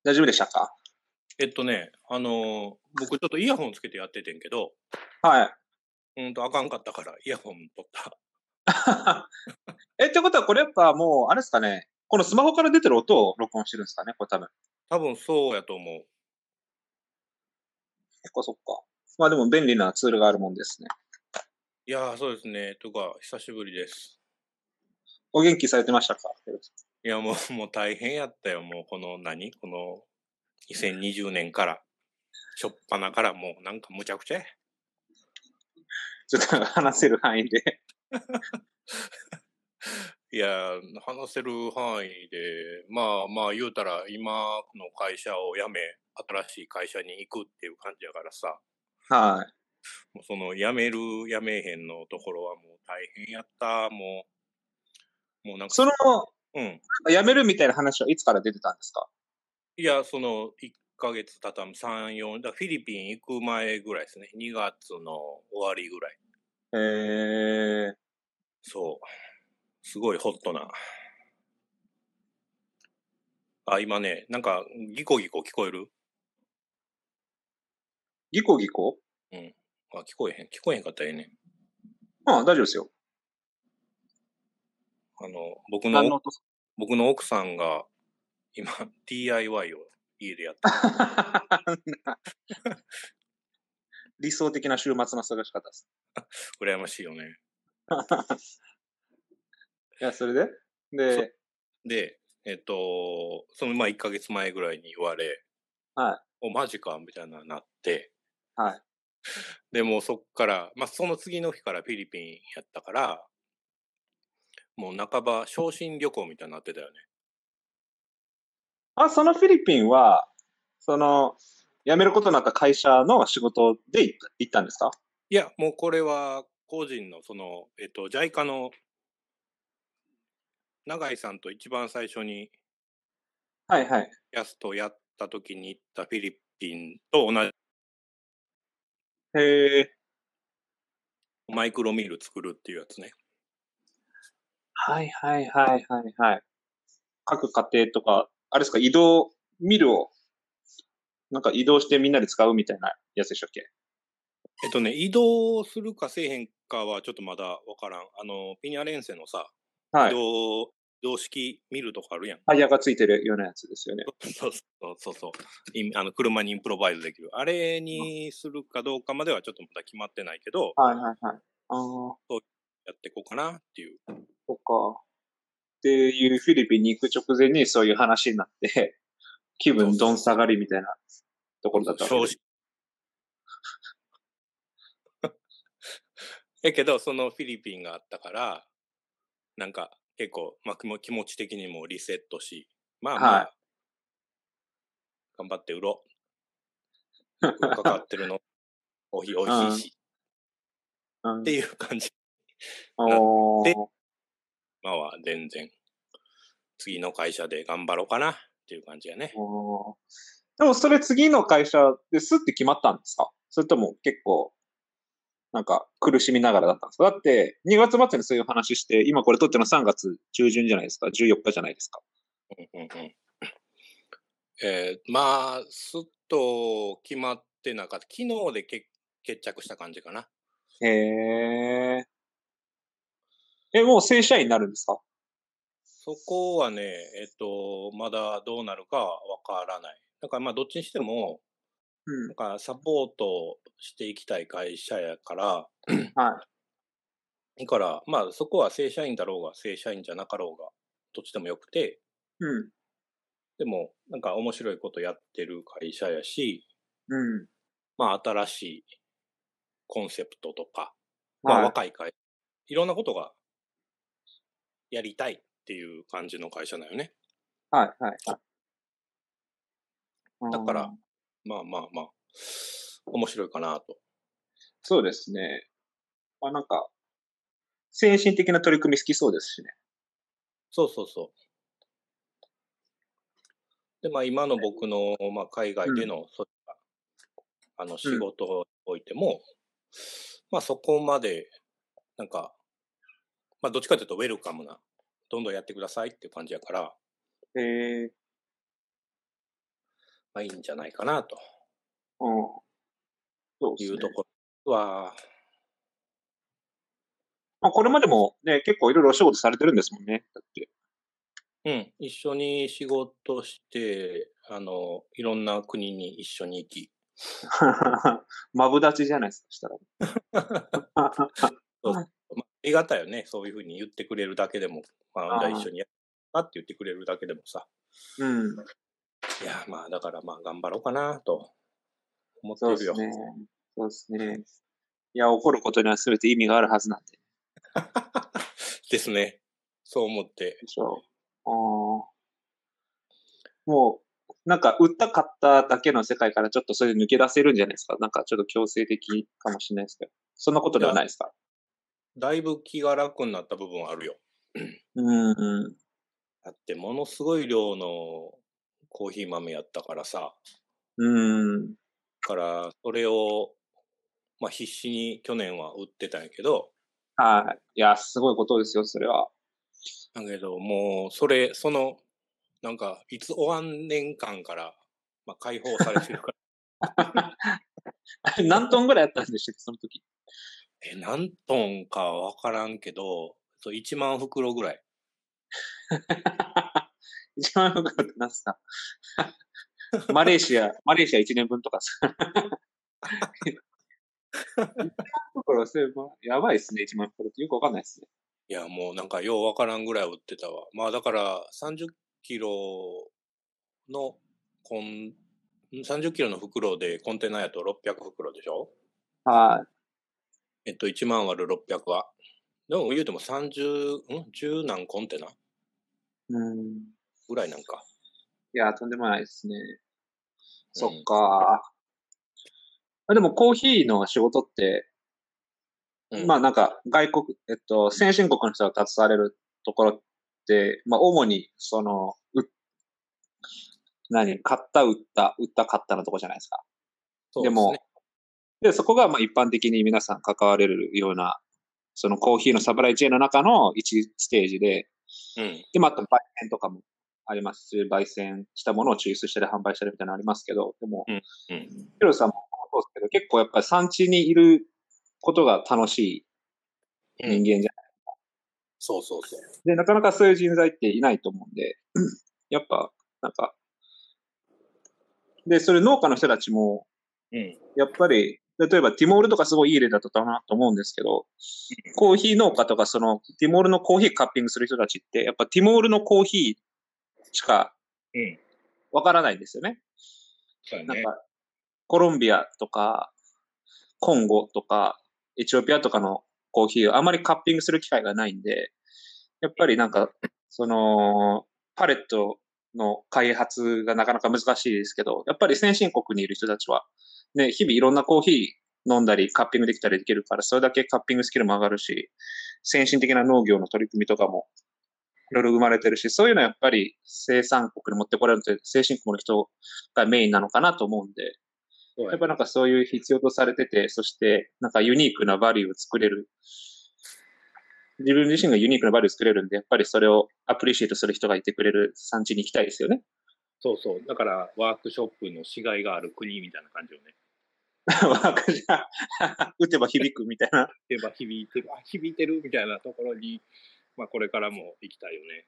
大丈夫でしたか？ 僕ちょっとイヤホンつけてやっててんけど、 はい。 あかんかったからイヤホン取った。 ってことはこれやっぱもう、あれですかね、このスマホから出てる音を録音してるんですかね、これ多分。 多分そうやと思う。 そっかそっか。まあでも便利なツールがあるもんですね。 いやー、そうですね。とか、久しぶりです。 お元気されてましたか？ いや、もう大変やったよ。もうこの2020年から、しょっぱなからもうなんかむちゃくちゃや。 ちょっと話せる範囲で。 いやー、話せる範囲で、まあ言うたら今の会社を辞め、新しい会社に行くっていう感じやからさ、 はい。 もうその辞める辞めへんのところはもう大変やった。もうなんかその、 うん。 辞めるみたいな話はいつから出てたんですか？ いや、その1ヶ月たたむ3、4、フィリピン行く前ぐらいですね。2月の終わりぐらい。 へー。 そう。すごいホットな。あ、今ね、なんかギコギコ聞こえる？ ギコギコ。 うん。あ、聞こえへんかったらええねん。 ああ、大丈夫ですよ。 あの、僕の、 何の音？ 僕の奥さんが今 DIY を家でやって理想的な週末の過ごし方です。 羨ましいよね。 いや、それでそで、 で、その1ヶ月前ぐらいに言われ、 はい、 お、マジかみたいななって、 はい。 でもうそっから、その次の日からフィリピンやったから、もう半ば昇進旅行みたいになってたよね。 あ、そのフィリピンは、その、辞めることになった会社の仕事で行ったんですか？ いや、もうこれは個人のJICA の永井さんと一番最初にはいはい。 ヤスとやった時に行ったフィリピンと同じへえ。 マイクロミル作るっていうやつね。 はいはいはいはいはい。各家庭とか、あれですか、ミルを、なんか移動してみんなで使うみたいなやつでしたっけ？ 移動するかせえへんかはちょっとまだわからん。ピニャレンセのさ、 はい。 移動式ミルとかあるやん。 タイヤがついてるようなやつですよね。 そう。車にインプロバイズできる。あれにするかどうかまではちょっとまだ決まってないけど、 はいはいはい。ああ、 そうやっていこうかなっていう。 そっか。っていうフィリピンに行く直前にそういう話になって、気そうそう。 分どん下がりみたいなところだったわけです。 やけど、そのフィリピンがあったから、なんか結構、気持ち的にもリセットし、 はい。 頑張って売ろう。物価かかってるの、美味しいし、ってうん。 いう感じになって、 おー。 今は全然、次の会社で頑張ろうかなっていう感じやね。 おー。でもそれ次の会社ですって決まったんですか？それとも結構、なんか苦しみながらだったんですか？だって2月末にそういう話して、今これ撮ってるの3月中旬じゃないですか。14日じゃないですか。 うんうんうん。すっと決まってなかった。昨日で決着した感じかな。 へえ。もう正社員になるんですか？ そこはね、まだどうなるかはわからない。だからどっちにしても、 うん。 なんかサポートしていきたい会社やから、 はだからそこは正社員だろうが正社員じゃなかろうが、どっちでもよくて、 い。うん。 でもなんか面白いことやってる会社やし、 うん。 新しいコンセプトとか、 はい。 若い会社、いろんなことがやりたいっていう感じの会社だよね。 はい。はい。はい。 だから、 うん。 面白いかなと。 そうですね。なんか、先進的な取り組み好きそうですしね。 そう。で、今の僕の、海外でうん。 の、そういった仕うん。 事においても、そこまで、なんか、どっちかというとウェルカムな、どんどんやってくださいっていう感じやから、 へえ。 まあいいんじゃないかなとうん。そうですね。 いうところは、 まあ、これまでもね、結構いろいろお仕事されてるんですもんね。だって。 うん、一緒に仕事して、いろんな国に一緒に行き、 マブダチじゃないですか、したら。 そうまあ、ありがたいよね。そういうふうに言ってくれるだけでも、まあ、じゃあ一緒にやったって言ってくれるだけでもさ。 うん。 いや、まあ、だからまあ、頑張ろうかなと思っているよ。 そうですね。そうですね。いや、怒ることには全て意味があるはずなんで。 ですね。そう思って。 でしょう。もう、なんか、売った買っただけの世界からちょっとそれで抜け出せるんじゃないですか。なんか、ちょっと強制的かもしれないですけど。そんなこといや、 ではないですか。 だいぶ気が楽になった部分はあるよ。 うん。 だって、ものすごい量のコーヒー豆やったからさ。 うん。 から、それを、まあ、必死に去年は売ってたんやけど、 はい。いや、すごいことですよ、それは。 だけど、もう、なんか、いつ終わんねん間から、まあ、解放されてるから。 何トンぐらいやったんでしたっけ、その時。 何トンかわからんけど、1万袋ぐらい。 一番よかったなんすか。マレーシア1年分とかさ。1万袋すれば、やばいっすね、1万袋ってよくわかんないっすね。 いや、もうなんかようわからんぐらい売ってたわ。まあだから30キロの30キロの袋でコンテナやと600袋でしょ。 は 1万割る600は。でも言うても10何コンテナい。うん。 ぐらいなんか。 いや、とんでもないですね。そっうん。 か。でもコーヒーの仕事って、 うん。 まあなんか外国、先進国の人が携われるところって、まあ主にその、買った、売った、売った、買ったのとこじゃないですか。 そうですね。 でも、で、そこがまあ一般的に皆さん関われるような、そのコーヒーのサプライチェーンの中の1ステージで、 うん。 で、また焙煎とかもありますし、焙煎したものを抽出したり販売したりみたいなのありますけど、でも、 うん。うん。 ヒロさんもそうですけど、結構やっぱり産地にいることが楽しいうん。 人間じゃない。 そうそうそう。 で、なかなかそういう人材っていないと思うんで、やっぱ、なんか、で、それ農家の人たちも、 うん。 やっぱり、例えばティモールとかすごいいい例だったなと思うんですけど、コーヒー農家とかそのティモールのコーヒーカッピングする人たちって、やっぱティモールのコーヒーしかうん。 わからないんですよね。 そうやね。 なんか、コロンビアとか、コンゴとか、エチオピアとかのコーヒーをあまりカッピングする機会がないんで、やっぱりなんか、その、パレットの開発がなかなか難しいですけど、やっぱり先進国にいる人たちは、ね、日々いろんなコーヒー飲んだり、カッピングできたりできるから、それだけカッピングスキルも上がるし、先進的な農業の取り組みとかもいろいろ生まれてるし、そういうのはやっぱり生産国に持ってこられると先進国の人がメインなのかなと思うんで、 そうやね。 やっぱなんかそういう必要とされてて、そしてなんかユニークなバリューを作れる。自分自身がユニークなバリューを作れるんで、やっぱりそれをアプリシエイトする人がいてくれる産地に行きたいですよね。 そうそう。だからワークショップのしがいがある国みたいな感じよね。 ワークじゃ、打てば響くみたいな。 言えば響いてる、響いてるみたいなところに、まあこれからも行きたいよね。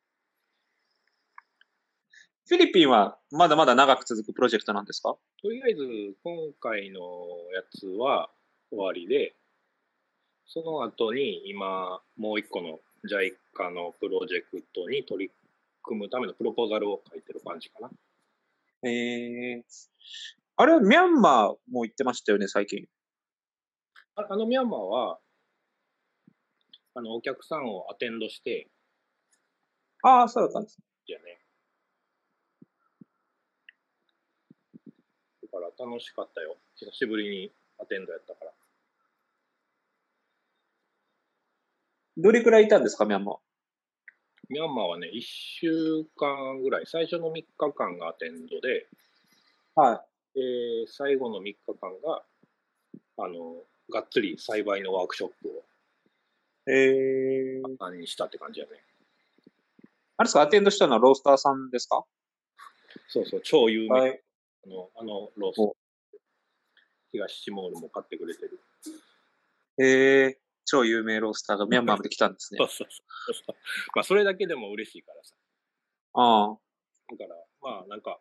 フィリピンはまだまだ長く続くプロジェクトなんですか？ とりあえず今回のやつは終わりで、その後に今もう一個の JICA のプロジェクトに取り組むためのプロポーザルを書いてる感じかな。 えー、あれ、ミャンマーも行ってましたよね、最近。 ミャンマーはお客さんをアテンドして、 ああ、そうだったんです。 じゃね。だから楽しかったよ。久しぶりにアテンドやったから。 どれくらいいたんですか、ミャンマー。 ミャンマーはね、1週間ぐらい、最初の3日間がアテンドで、 は最後の3日間が、がっつり栽培のワークショップをい。 にしたって感じやね。 あれですか、アテンドしたのはロースターさんですか？ そうそう、超有名。 はい。 ロース、東シモールも買ってくれてる。 超有名ロースターがミャンマーまで来たんですね。 そうそうそう。まあ、それだけでも嬉しいからさ。 ああ。 だから、まあ、なんか、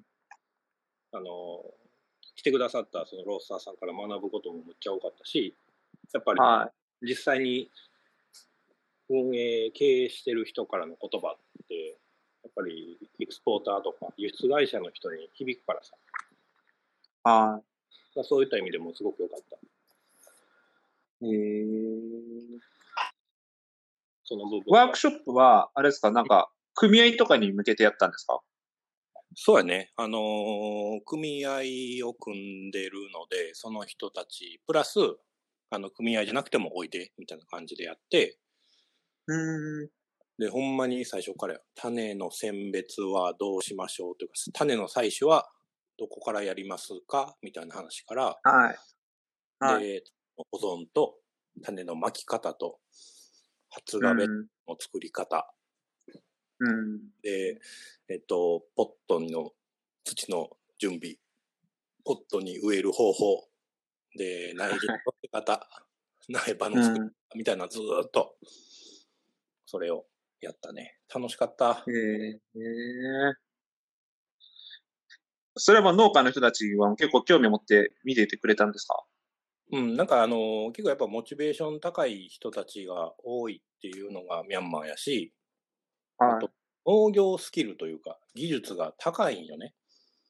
来てくださったそのロースターさんから学ぶこともむっちゃ多かったし、やっぱり実際に運営、経営してる人からの言葉って、やっぱりエクスポーターとか輸出会社の人に響くからさ。 はい。 そういった意味でもすごく良かった。その部分。 ワークショップは、あれですか、なんか、組合とかに向けてやったんですか？ そうやね。組合を組んでるので、その人たち、プラス、組合じゃなくてもおいで、みたいな感じでやって、で、ほんまに最初から種の選別はどうしましょうというか、種の採取はどこからやりますかみたいな話から、 はい。 で、保存と種の巻き方と発芽ベッドの作り方、で、ポットの土の準備、ポットに植える方法、で、苗木の育て方、苗場の作り方みたいなずーっと、それをやったね。楽しかった。 それは農家の人たちは結構興味を持って見ていてくれたんですか？ なんか結構やっぱモチベーション高い人たちが多いっていうのがミャンマーやし、あと農業スキルというか技術が高いんよね。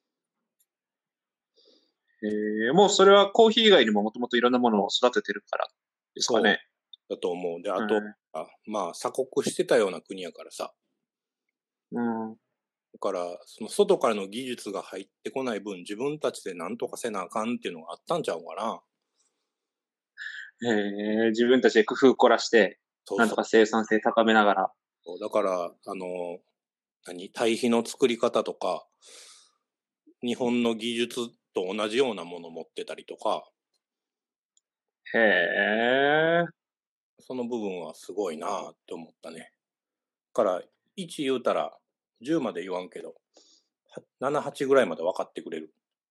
もうそれはコーヒー以外にももともといろんなものを育ててるからですかね。 だと思う。で、あと、まあ鎖国してたような国やからさ。だから、その外からの技術が入ってこない分、自分たちで何とかせなあかんっていうのがあったんちゃうかな。 自分たちで工夫を凝らして、なんとか生産性高めながら。 だから、堆肥の作り方とか、日本の技術と同じようなものを持ってたりとか。その部分はすごいなって思ったね。だから、1言うたら、10まで言わんけど、7、8ぐらいまで分かってくれる。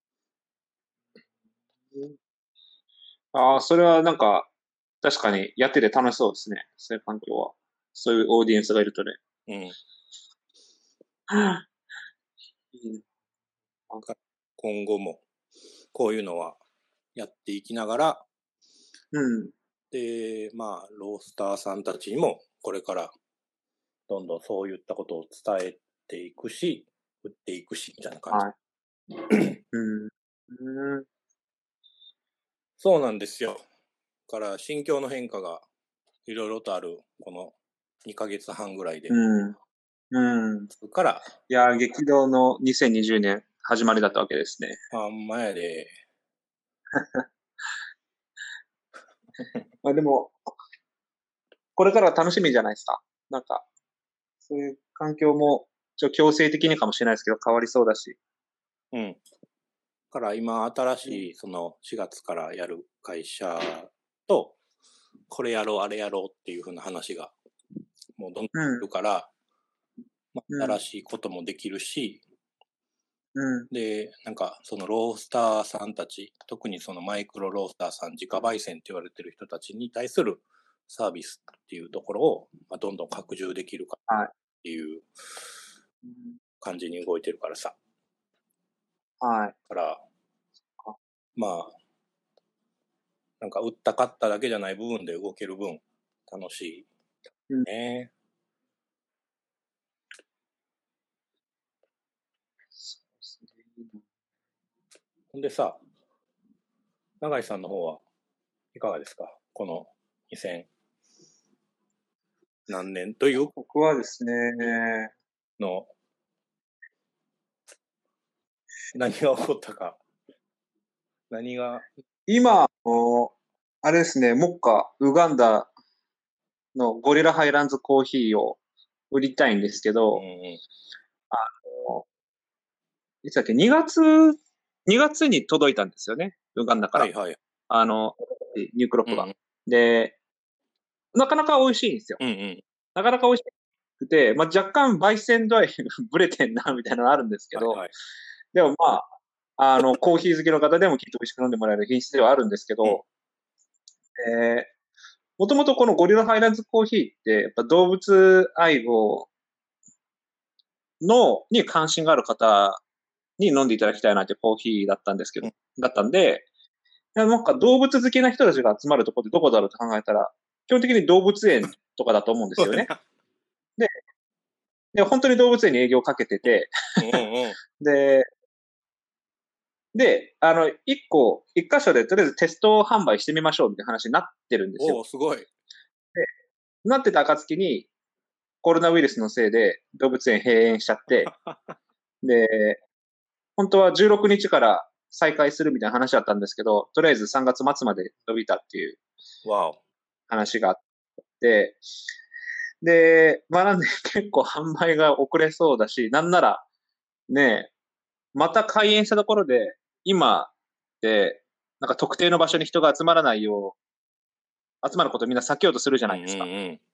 それはなんか、確かにやってて楽しそうですね。そういう環境は。そういうオーディエンスがいるとね。 今後も、こういうのはやっていきながら、で、まあ、ロースターさんたちにも、これから、どんどんそういったことを伝えていくし、売っていくし、みたいな感じ。そうなんですよ。だから、心境の変化がいろいろとある、この2ヶ月半ぐらいで。 から。いや、激動の2020年始まりだったわけですね。 あんまやで。 まあでも、これからは楽しみじゃないですか。なんか、そういう環境も、強制的にかもしれないですけど、変わりそうだし。 だから今、新しい、その4月からやる会社と、これやろう、あれやろうっていう風な話が、もうどんどんあるから、新しいこともできるし、で、なんか、そのロースターさんたち、特にそのマイクロロースターさん、自家焙煎って言われてる人たちに対するサービスっていうところを、どんどん拡充できるかっていう感じに動いてるからさ。から、まあ、なんか売った買っただけじゃない部分で動ける分、楽しいね。ほんでさ、永井さんの方はいかがですか？この2000何年という？ 僕はですね、 何が起こったか。 今、あれですね、目下、ウガンダのゴリラハイランズコーヒーを売りたいんですけど、いつだっけ、2月に届いたんですよね、ウガンダから。ニュークロップが。で、なかなか美味しいんですよ。なかなか美味しくて、若干焙煎度合いブレてんな、みたいなのあるんですけど、でもコーヒー好きの方でもきっと美味しく飲んでもらえる品質ではあるんですけど、もともとこのゴリラハイランズコーヒーって、やっぱ動物愛護に関心がある方に飲んでいただきたいなってコーヒーだったんですけど、だったんで、なんか動物好きな人たちが集まるところってどこだろうと考えたら、基本的に動物園とかだと思うんですよね。で、本当に動物園に営業をかけてて、で、一箇所でとりあえずテスト販売してみましょうみたいな話になってるんですよ。 おすごい。で、 なってた暁に、コロナウイルスのせいで動物園閉園しちゃって、で、本当は16日から再開するみたいな話だったんですけど、とりあえず3月末まで伸びたっていう話があって、で、なんで結構販売が遅れそうだし、なんなら、ね、また開園したところで、今って、なんか特定の場所に人が集まらないよう、集まることをみんな避けようとするじゃないですか。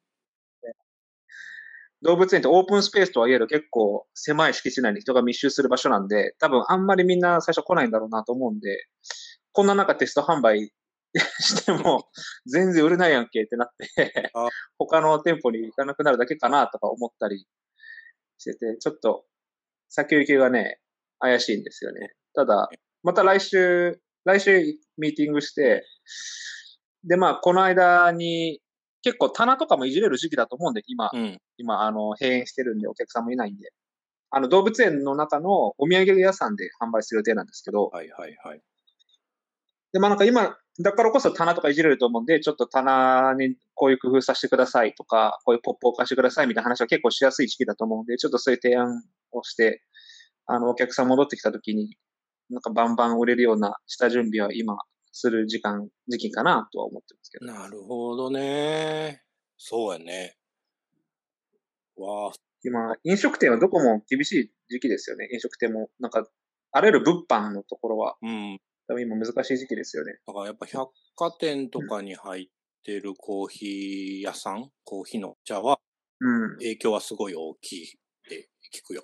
動物園ってオープンスペースとはいえる結構狭い敷地内に人が密集する場所なんで、多分あんまりみんな最初来ないんだろうなと思うんで、こんな中テスト販売しても全然売れないやんけってなって他の店舗に行かなくなるだけかなとか思ったりしてて、ちょっと先行きがね、怪しいんですよね。ただ、また来週ミーティングして、で、この間に、結構棚とかもいじれる時期だと思うんで、今、閉園してるんでお客さんもいないんで。動物園の中のお土産屋さんで販売する予定なんですけど、で、なんか今、だからこそ棚とかいじれると思うんで、ちょっと棚にこういう工夫させてくださいとか、こういうポップを貸してくださいみたいな話は結構しやすい時期だと思うんで、ちょっとそういう提案をして、お客さん戻ってきた時に、なんかバンバン売れるような下準備は今する時期かなとは思ってますけど。 なるほどね。そうやね。わあ。 今、飲食店はどこも厳しい時期ですよね。飲食店も。なんか、あらゆる物販のところは、多分今難しい時期ですよね。 だからやっぱ百貨店とかに入ってるコーヒー屋さん、コーヒーの茶は、影響はすごい大きいって聞くよ。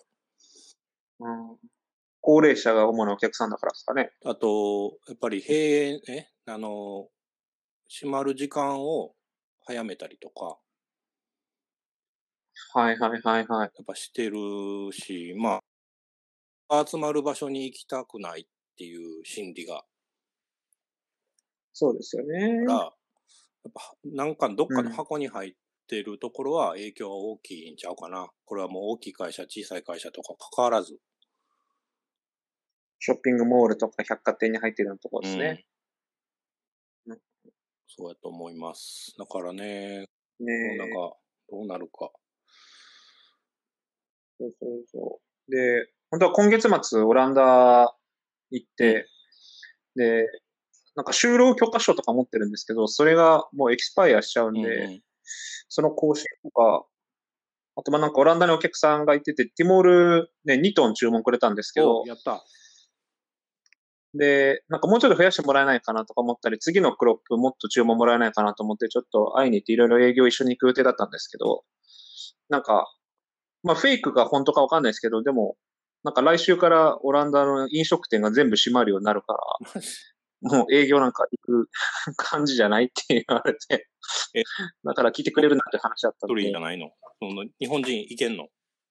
高齢者が主なお客さんだからですかね。 あと、やっぱり閉園、閉まる時間を早めたりとか。 やっぱしてるし、集まる場所に行きたくないっていう心理が。 そうですよね。 だから、やっぱなんかどっかの箱に入ってるところは影響が大きいんちゃうかな。これはもう大きい会社、小さい会社とか関わらず。 ショッピングモールとか百貨店に入ってるようなところですね。 そうやと思います。だからね、なんか、どうなるか。 で、本当は今月末オランダ行って、で、なんか就労許可証とか持ってるんですけど、それがもうエキスパイアしちゃうんで、その更新とか、あとなんかオランダにお客さんがいてて、ティモールね、2トン注文くれたんですけど、 やった。 で、なんかもうちょっと増やしてもらえないかなとか思ったり、次のクロップもっと注文もらえないかなと思って、ちょっと会いに行っていろいろ営業一緒に行く予定だったんですけど、なんか、フェイクか本当かわかんないですけど、でも、なんか来週からオランダの飲食店が全部閉まるようになるから、もう営業なんか行く感じじゃないって言われて、だから聞いてくれるなって話だったんで。 一人じゃないの？日本人行けんの？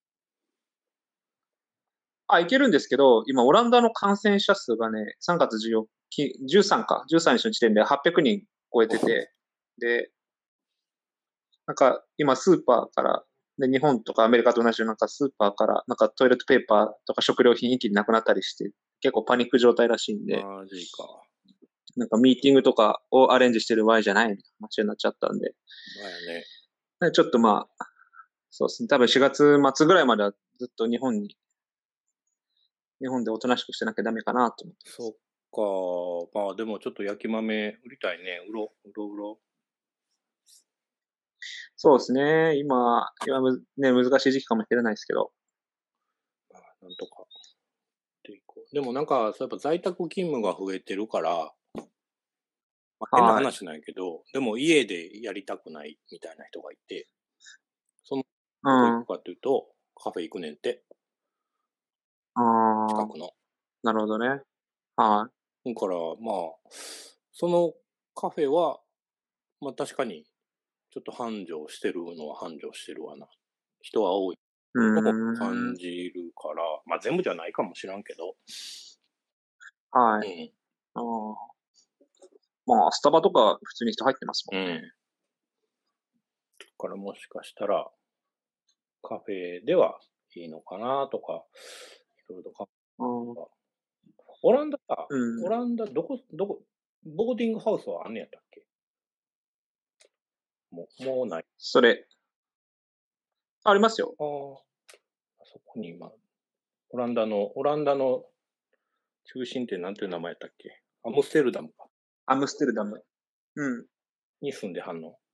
行けるんですけど、今オランダの感染者数がね、3月13日の時点で800人超えてて、で、なんか今スーパーから、で日本とかアメリカと同じなんかスーパーからなんかトイレットペーパーとか食料品一気になくなったりして、結構パニック状態らしいんで、 マジか。 なんかミーティングとかをアレンジしてる場合じゃないみたいな話になっちゃったんで。 ね、 ちょっとそうですね。多分4月末ぐらいまではずっと日本でおとなしくしてなきゃダメかなと思って。 そっか。でもちょっと焼き豆売りたいね。売ろう。 そうですね。今難しい時期かもしれないですけど。 なんとか。でもなんか、やっぱ在宅勤務が増えてるから、変な話なんやけど、でも家でやりたくないみたいな人がいて、どこ行くかというと、カフェ行くねんって。近くの。 なるほどね。 はだから、まあ、そのカフェは、まあ確かに、ちょっと繁盛してるのは繁盛してるわな。人は多いい。うのをーん。 感じるから、まあ全部じゃないかもしらんけど、 はい。 うん、 あーまあ、スタバとか普通に人入ってますもんね。 うん。だからもしかしたら、カフェではいいのかなとか、いろいろとうん。 オランダか、 うん。 オランダどこ、ボーディングハウスはあんねやったっけ？もうない。 それ、ありますよ。 ああ、そこに今、オランダの中心ってなんていう名前やったっけ？アムステルダムか。 アムステルダム。うん。 に住んではんの。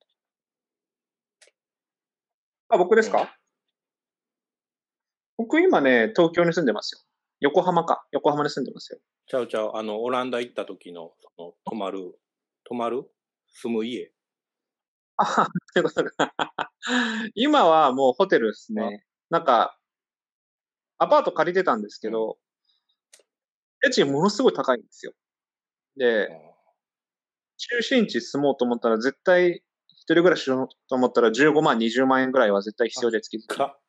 あ、僕でうん。 すか？僕今ね、東京に住んでますよ。横浜か。横浜に住んでますよ。 ちゃうちゃう、オランダ行った時の、泊まる住む家。 あはは、ということか。今はもうホテルですあ、 ね。なんか、アパート借りてたんですけうん。 ど、家賃ものすごい高いんですよ。で、 あ中心地住もうと思ったら絶対、一人暮らししようと思ったら15万、20万円ぐらいは絶対必要で月々。 か。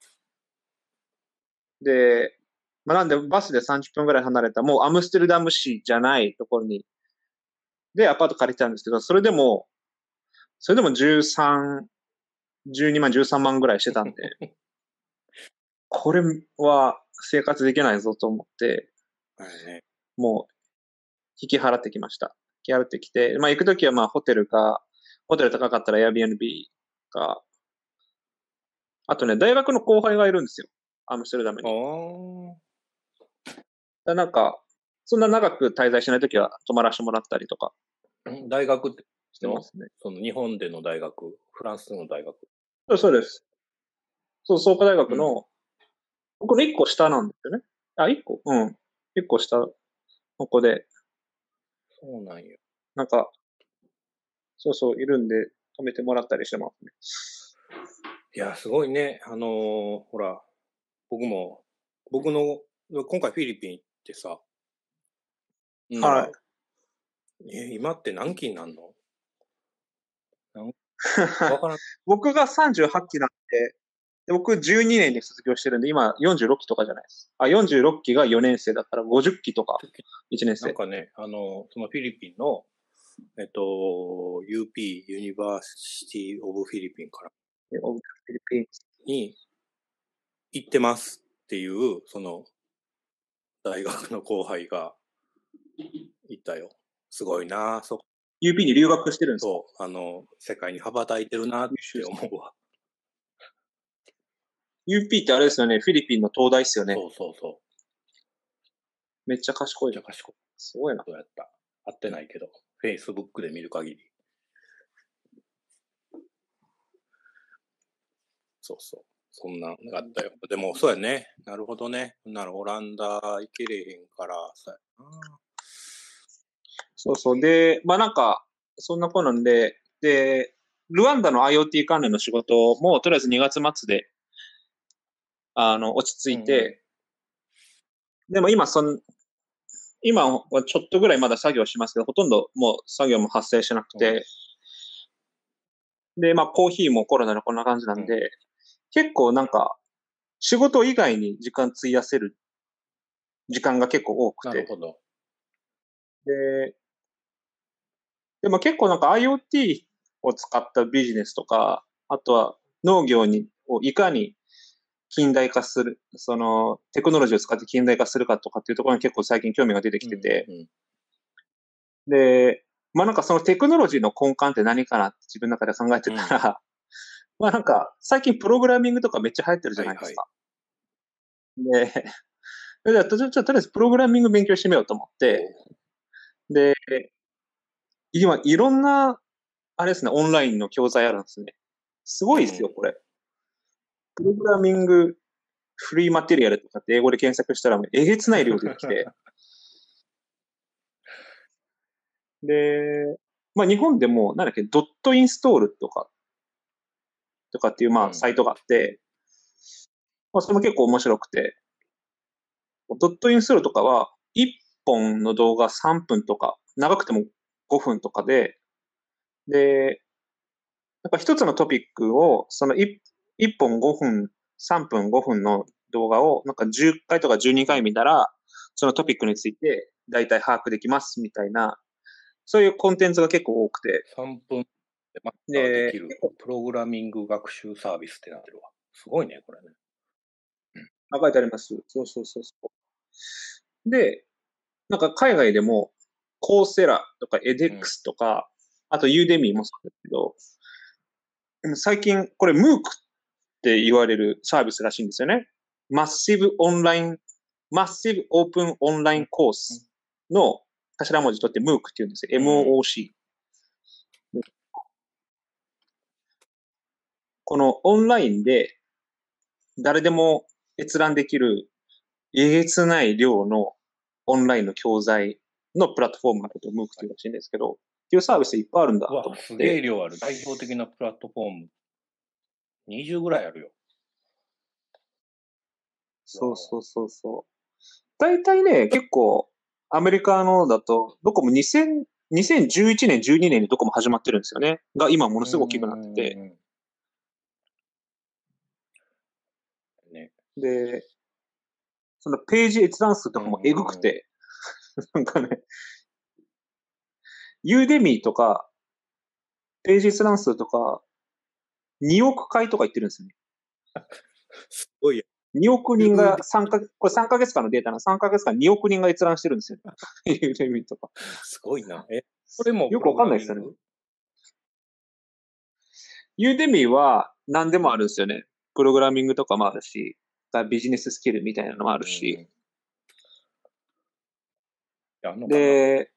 で、まあ、なんでバスで30分ぐらい離れたもうアムステルダム市じゃないところに、でアパート借りてたんですけど、それでも13、12万、13万ぐらいしてたんで、これは生活できないぞと思って、 はいね。 もう引き払ってきました。引き払ってきて、まあ行くときはまあホテルか、ホテル高かったら Airbnb か、あとね、大学の後輩がいるんですよ。アムステルダムあに。 あ。 なんか、そんな長く滞在しないときは泊まらせてもらったりとか大学ってのしてますね。 その日本での大学、フランスの大学。 そうです。そう、創価大うん。 学の、僕の一個下なんですよね。あ、一個うん。一個下、ここで、 そうなんや。 なんか、そうそう、いるんで、泊めてもらったりしてますね。 いや、すごいね。ほら、僕も、僕の、今回フィリピン行ってさ、なら、 はい。 今って何期になんの？なんわからん。 僕が38期なんで、僕12年で卒業してるんで、今46期とかじゃないです。あ、46期が4年生だから50期とか1年生。 なんかね、そのフィリピンの、UP、ユニバーシティ・オブ・フィリピンからオブフィリピン。 に行ってますっていう、その大学の後輩が言ったよ。すごいな、 UP に留学してるんですか？ そう、世界に羽ばたいてるなっ優秀です。 て思うわ。 UP ってあれですよね、フィリピンの東大っすよね。 そうそうそう。 めっちゃ賢い。 めっちゃ賢い。 すごいな。 そうやった。会ってないけど、Facebook で見る限り。そうそう。そんなんがあったよ。でも、そうやね。なるほどね。ならオランダ行けれへんから、さそうそう。で、まあなんか、そんな子なんで、で、ルワンダの IoT 関連の仕事も、とりあえず2月末で、落ちうんうん。 着いて、でも今はちょっとぐらいまだ作業しますけど、ほとんどもう作業も発生しなくうんて、で、まあコーヒーもコロナでこんな感じなうん。 んで、結構なんか、仕事以外に時間費やせる時間が結構多くて、 なるほど。 で、も結構なんか IoT を使ったビジネスとか、あとは農業をいかに近代化する、そのテクノロジーを使って近代化するかとかっていうところに結構最近興味が出てきうんてて、 うんで、まあなんかそのテクノロジーの根幹って何かなって自分の中で考えてうん。うん。 たら、まあなんか最近プログラミングとかめっちゃ流行ってるじはいはい。 ゃないですか。で、じゃあとりあえずプログラミング勉強してみようと思って、 おう。 で、今いろんな、あれですね、オンラインの教材あるんですね。すごいですよ、 うん。 これ。プログラミングフリーマテリアルとかって英語で検索したらえげつない量出てきて、で、まあ日本でも、なんだっけ、ドットインストールとかっていううん。 まあサイトがあって、まあそれも結構面白くて、ドットインストールとかは、1 本の動画3分とか、長くても5分とかで、で、なんか一つのトピックを、その1本5分、3分5分の動画を、なんか10回とか12回見たら、そのトピックについて大体把握できますみたいな、そういうコンテンツが結構多くて。 3分でマスターできるプログラミング学習サービスってなってるわ。すごいね、これね。 書いてあります。そうそうそうそう。で、なんか海外でも、コーセラとかエデックスとか、あとユーデミーもそうですけど、最近これ MOOC って言われるサービスらしいんですよね。マッシブオープンオンラインコースの頭文字取って MOOC って言うんですよ。MOOC。このオンラインで誰でも閲覧できるえげつない量のオンラインの教材のプラットフォームのことを MOOC っていうらしいんですけど、っていうサービスいっぱいあるんだと思って。 すげえ量ある。代表的なプラットフォーム。20ぐらいあるよ。 そうそうそうそう。大体ね、結構アメリカのだと、どこも2011年、12年にどこも始まってるんですよね。が今ものすごく大きくなってて。ね、で、そのページ閲覧数とかもえぐくて、なんかね、ユーデミーとか、ページ閲覧数とか、2億回とか言ってるんですよね。 すごいや。 2億人がこれ3ヶ月間のデータな、3ヶ月間2億人が閲覧してるんですよ。ユーデミーとか。 すごいな。それもよくわかんないですよね。ユーデミーは何でもあるんですよね。プログラミングとかもあるし、ビジネススキルみたいなのもあるし。で、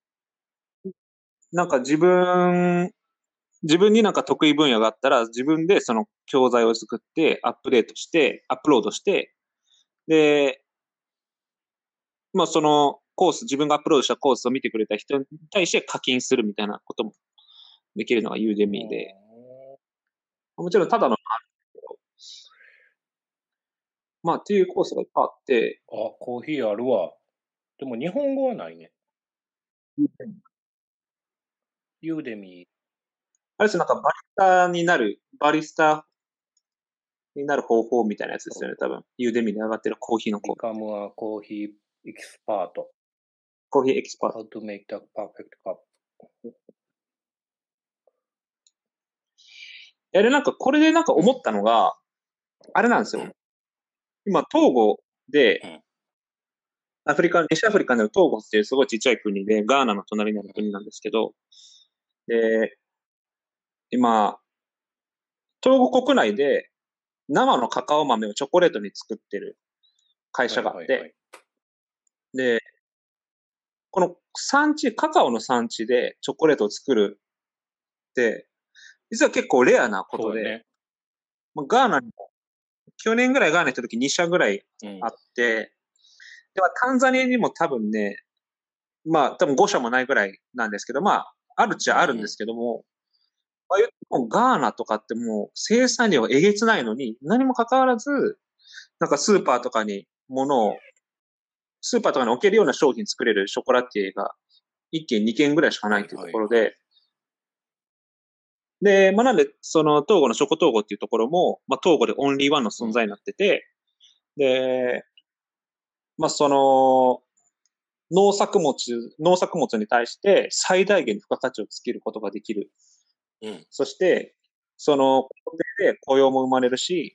なんか自分になんか得意分野があったら、自分でその教材を作って、アップロードして、で、まあそのコース、自分がアップロードしたコースを見てくれた人に対して課金するみたいなこともできるのがユーデミーで。もちろんただのまあっていうコースがいっぱいあって。 コーヒーあるわ。でも日本語はないね。ユーデミー。 あれですなんかバリスタになる方法みたいなやつですよね、多分。ユーデミーに上がってるコーヒーのコーヒー。Become a coffee expert. コーヒーエキスパート。 How to make the perfect cup. なんかこれでなんか思ったのが、あれなんですよ。今、トーゴで、西アフリカのトーゴっていうすごいちっちゃい国で、ガーナの隣にある国なんですけど、で、今、トーゴ国内で生のカカオ豆をチョコレートに作ってる会社があって、で、このカカオの産地でチョコレートを作るって、実は結構レアなことで、ガーナにも、去年ぐらいガーナ行った時2社ぐらいあって、ではタンザニアにも多分ね、まあ多分5社もないぐらいなんですけど、まあ、あるっちゃあるんですけども、ガーナとかってもう生産量えげつないのに、何もかかわらず、なんかスーパーとかにスーパーとかに置けるような商品作れるショコラティエが1軒2軒ぐらいしかないというところで、で、まあなんで、その東郷のショコ東郷っていうところも、まあ東郷でオンリーワンの存在になってて、で、まあその、農作物に対して最大限の付加価値をつけることができる。そして、その、で雇用も生まれるし、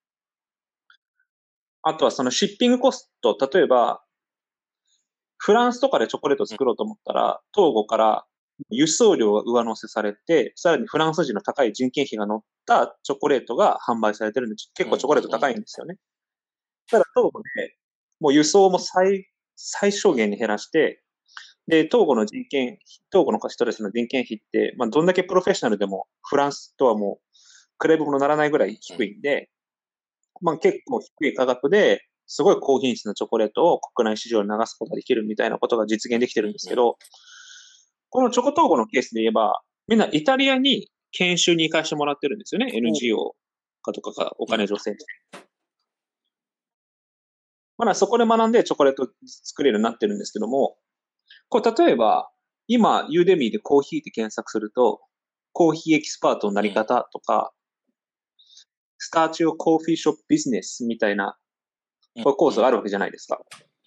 あとはそのシッピングコスト、例えば、フランスとかでチョコレートを作ろうと思ったら、東郷から輸送料が上乗せされて、さらにフランス人の高い人件費が乗ったチョコレートが販売されてるんで、結構チョコレート高いんですよね。ただ東郷で、もう輸送も最小限に減らして、で、東郷の人たちの人件費って、まあ、どんだけプロフェッショナルでも、フランスとはもう、比べ物にならないぐらい低いんで、まあ結構低い価格で、すごい高品質なチョコレートを国内市場に流すことができるみたいなことが実現できてるんですけど、このチョコ東郷のケースで言えば、みんなイタリアに研修に行かしてもらってるんですよね。NGO かとかがお金助成して。 まだそこで学んでチョコレート作れるようになってるんですけども、これ例えば、今、ユーデミーでコーヒーって検索すると、コーヒーエキスパートのなり方とか、スターチオコーヒーショップビジネスみたいな、こういうコースがあるわけじゃないですか。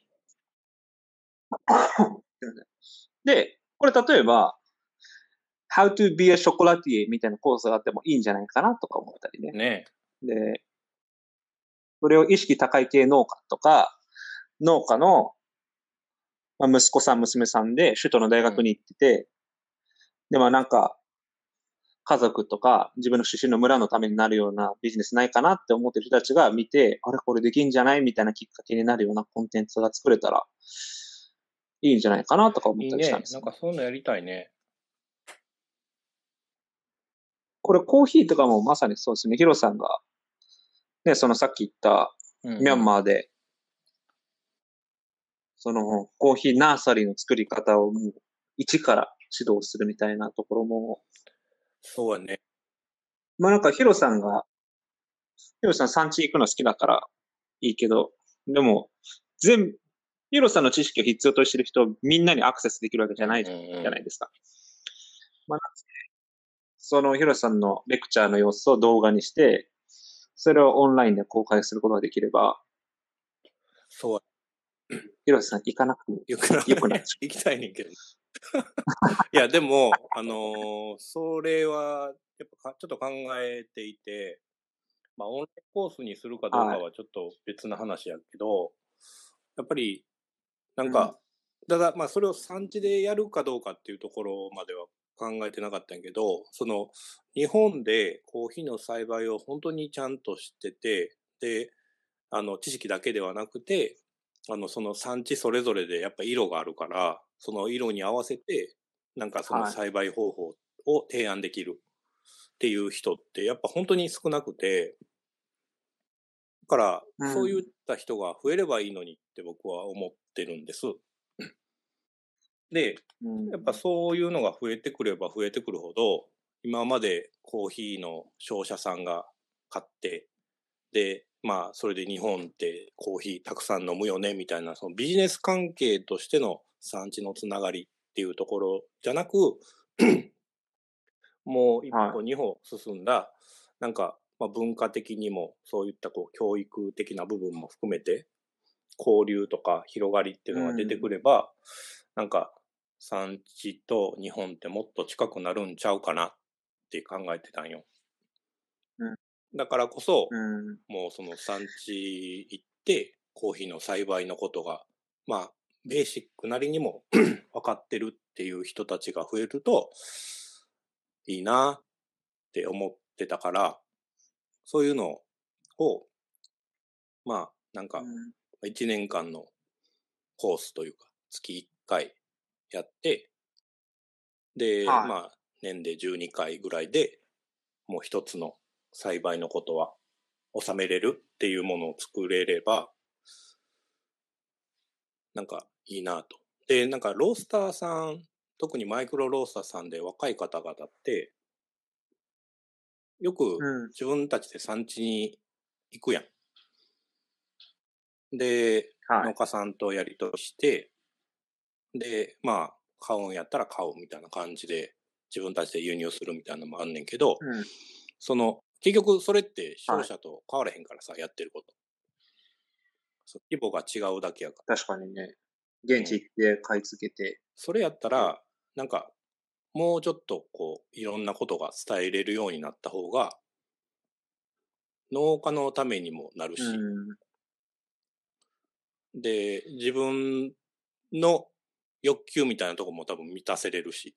で、これ例えば、How to be a chocolatier みたいなコースがあってもいいんじゃないかなとか思ったりね。 ね。 で、それを意識高い系農家とか、農家の息子さん、娘さんで首都の大学に行ってて、で、まあなんか、家族とか自分の出身の村のためになるようなビジネスないかなって思ってる人たちが見て、あれこれできんじゃないみたいなきっかけになるようなコンテンツが作れたらいいんじゃないかなとか思ったりしたんです。 いいね。なんかそういうのやりたいね。 これコーヒーとかもまさにそうですね。ヒロさんが、ね、そのさっき言ったミャンマーで、そのコーヒーナーサリーの作り方をもう一から指導するみたいなところも、 そうやね。 まあなんかヒロさん産地行くの好きだからいいけど、でもヒロさんの知識を必要としてる人、みんなにアクセスできるわけじゃないじゃないですか。まあ、そのヒロさんのレクチャーの様子を動画にして、それをオンラインで公開することができれば、 そう。 ヒロさん行かなくてもよくない。 よくない。 行きたいねんけど。いや、でも、それは、やっぱちょっと考えていて、まあ、オンラインコースにするかどうかはちょっと別の話やけど、やっぱり、なんか、ただ、まあ、それを産地でやるかどうかっていうところまでは考えてなかったんやけど、日本でコーヒーの栽培を本当にちゃんと知ってて、で、知識だけではなくて、その産地それぞれでやっぱ色があるから、その色に合わせて、なんかその栽培方法を提案できるっていう人ってやっぱ本当に少なくて、だからそういった人が増えればいいのにって僕は思ってるんです。で、やっぱそういうのが増えてくれば増えてくるほど、今までコーヒーの商社さんが買って、で、まあ、それで日本ってコーヒーたくさん飲むよね、みたいな、そのビジネス関係としての産地のつながりっていうところじゃなく、もう一歩二歩進んだ、なんか、まあ、文化的にもそういったこう教育的な部分も含めて、交流とか広がりっていうのが出てくれば、なんか、産地と日本ってもっと近くなるんちゃうかなって考えてたんよ。だからこそ、もうその産地行ってコーヒーの栽培のことが、まあ、ベーシックなりにも分かってるっていう人たちが増えるといいなって思ってたから、そういうのを、まあ、なんか、1年間のコースというか、月1回やって、で、まあ、年で12回ぐらいでもう一つの栽培のことは収めれるっていうものを作れれば、なんかいいなと。で、なんかロースターさん、特にマイクロロースターさんで若い方々って、よく自分たちで産地に行くやん。で、農家さんとやりとりして、で、まあ、買うんやったら買うみたいな感じで、自分たちで輸入するみたいなのもあんねんけど、結局それって商社と変わらへんからさ、やってること。規模が違うだけやから。 確かにね。現地行って買い付けて。 それやったら、なんか、もうちょっとこう、いろんなことが伝えれるようになった方が、農家のためにもなるし、で、自分の欲求みたいなとこも多分満たせれるし、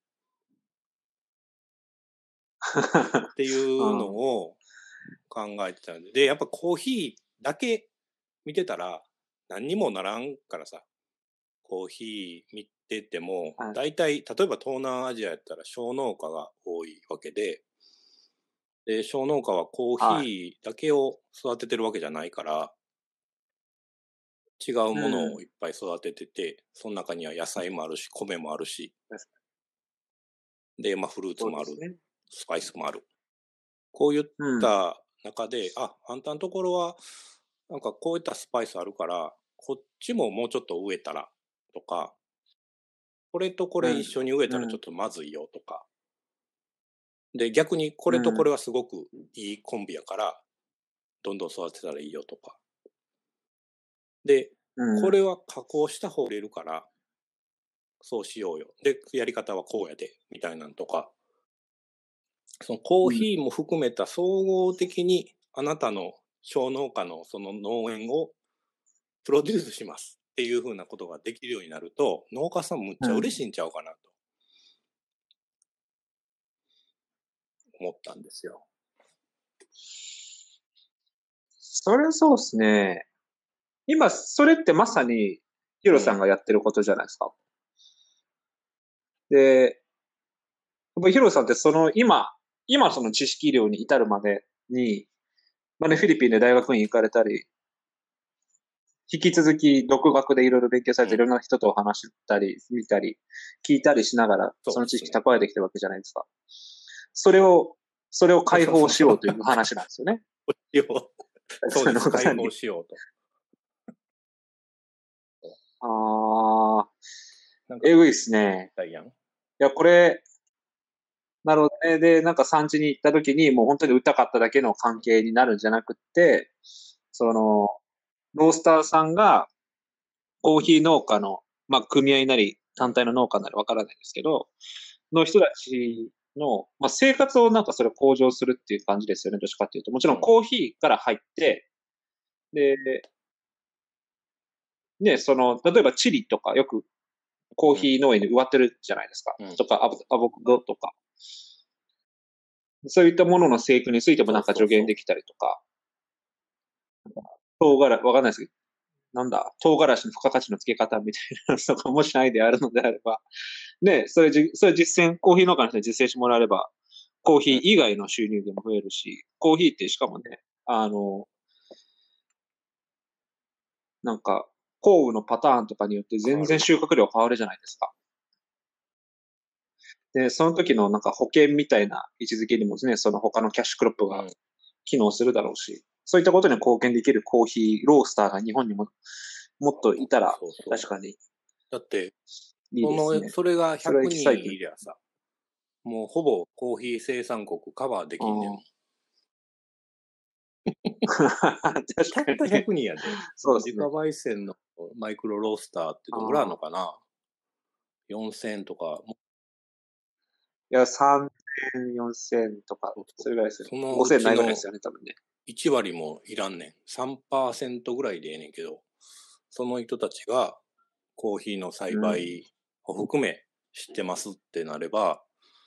っていうのを考えてたんで、で、やっぱコーヒーだけ見てたら何にもならんからさ、コーヒー見てても、大体、例えば東南アジアやったら小農家が多いわけで、で、小農家はコーヒーだけを育ててるわけじゃないから、違うものをいっぱい育ててて、その中には野菜もあるし、米もあるし、で、まあフルーツもある、スパイスもある。こういった中で、あんたのところは、なんかこういったスパイスあるから、 こっちももうちょっと植えたらとか、これとこれ一緒に植えたらちょっとまずいよとか。で、逆にこれとこれはすごくいいコンビやから、どんどん育てたらいいよとか。で、これは加工した方が売れるから、そうしようよ。で、やり方はこうやで、みたいなんとか。そのコーヒーも含めた総合的にあなたの小農家のその農園をプロデュースしますっていうふうなことができるようになると、農家さんむっちゃ嬉しいんちゃうかなと思ったんですよ。 それそうですね。今、それってまさにヒロさんがやってることじゃないですか。で、ヒロさんって今その知識量に至るまでに、まあね、フィリピンで大学院行かれたり、引き続き独学でいろいろ勉強されていろんな人と話したり、見たり、聞いたりしながら、その知識蓄えてきてるわけじゃないですか。それを解放しようという話なんですよね。 そうです。解放しようと。 えぐいっすね。いや、これ、なるほどね。で、なんか産地に行った時に、もう本当に歌かっただけの関係になるんじゃなくて、その、ロースターさんが、コーヒー農家の、まあ、組合なり、単体の農家なりわからないですけど、の人たちの、まあ、生活をなんかそれ向上するっていう感じですよね、どっちかっていうと。もちろんコーヒーから入って、で、ね、その、例えばチリとかよくコーヒー農園に植わってるじゃないですか。とか、アボカドとか。そういったものの生育についてもなんか助言できたりとか、わかんないですけど、なんだ、唐辛子の付加価値の付け方みたいなのとかもしないであるのであれば、ね、それ実践、コーヒー農家の人に実践してもらえれば、コーヒー以外の収入でも増えるし、コーヒーってしかもね、なんか、降雨のパターンとかによって全然収穫量変わるじゃないですか。で、その時のなんか保険みたいな位置づけにもね、その他のキャッシュクロップが機能するだろうし、そういったことに貢献できるコーヒーロースターが日本にももっといたら、確かに。 だって、 いいですね。 それが100人いりゃさ、もうほぼコーヒー生産国カバーできんねん。たった100人やで。そうですね。自家焙煎のマイクロロースターってどんぐらいあるのかな ?4000 とか。 いや、3000、4000とか、それぐらいですよね。5000ないぐらいですよね、多分ね。 1割もいらんねん。3% ぐらいでええねんけど、その人たちがコーヒーの栽培を含め知ってますってなれば、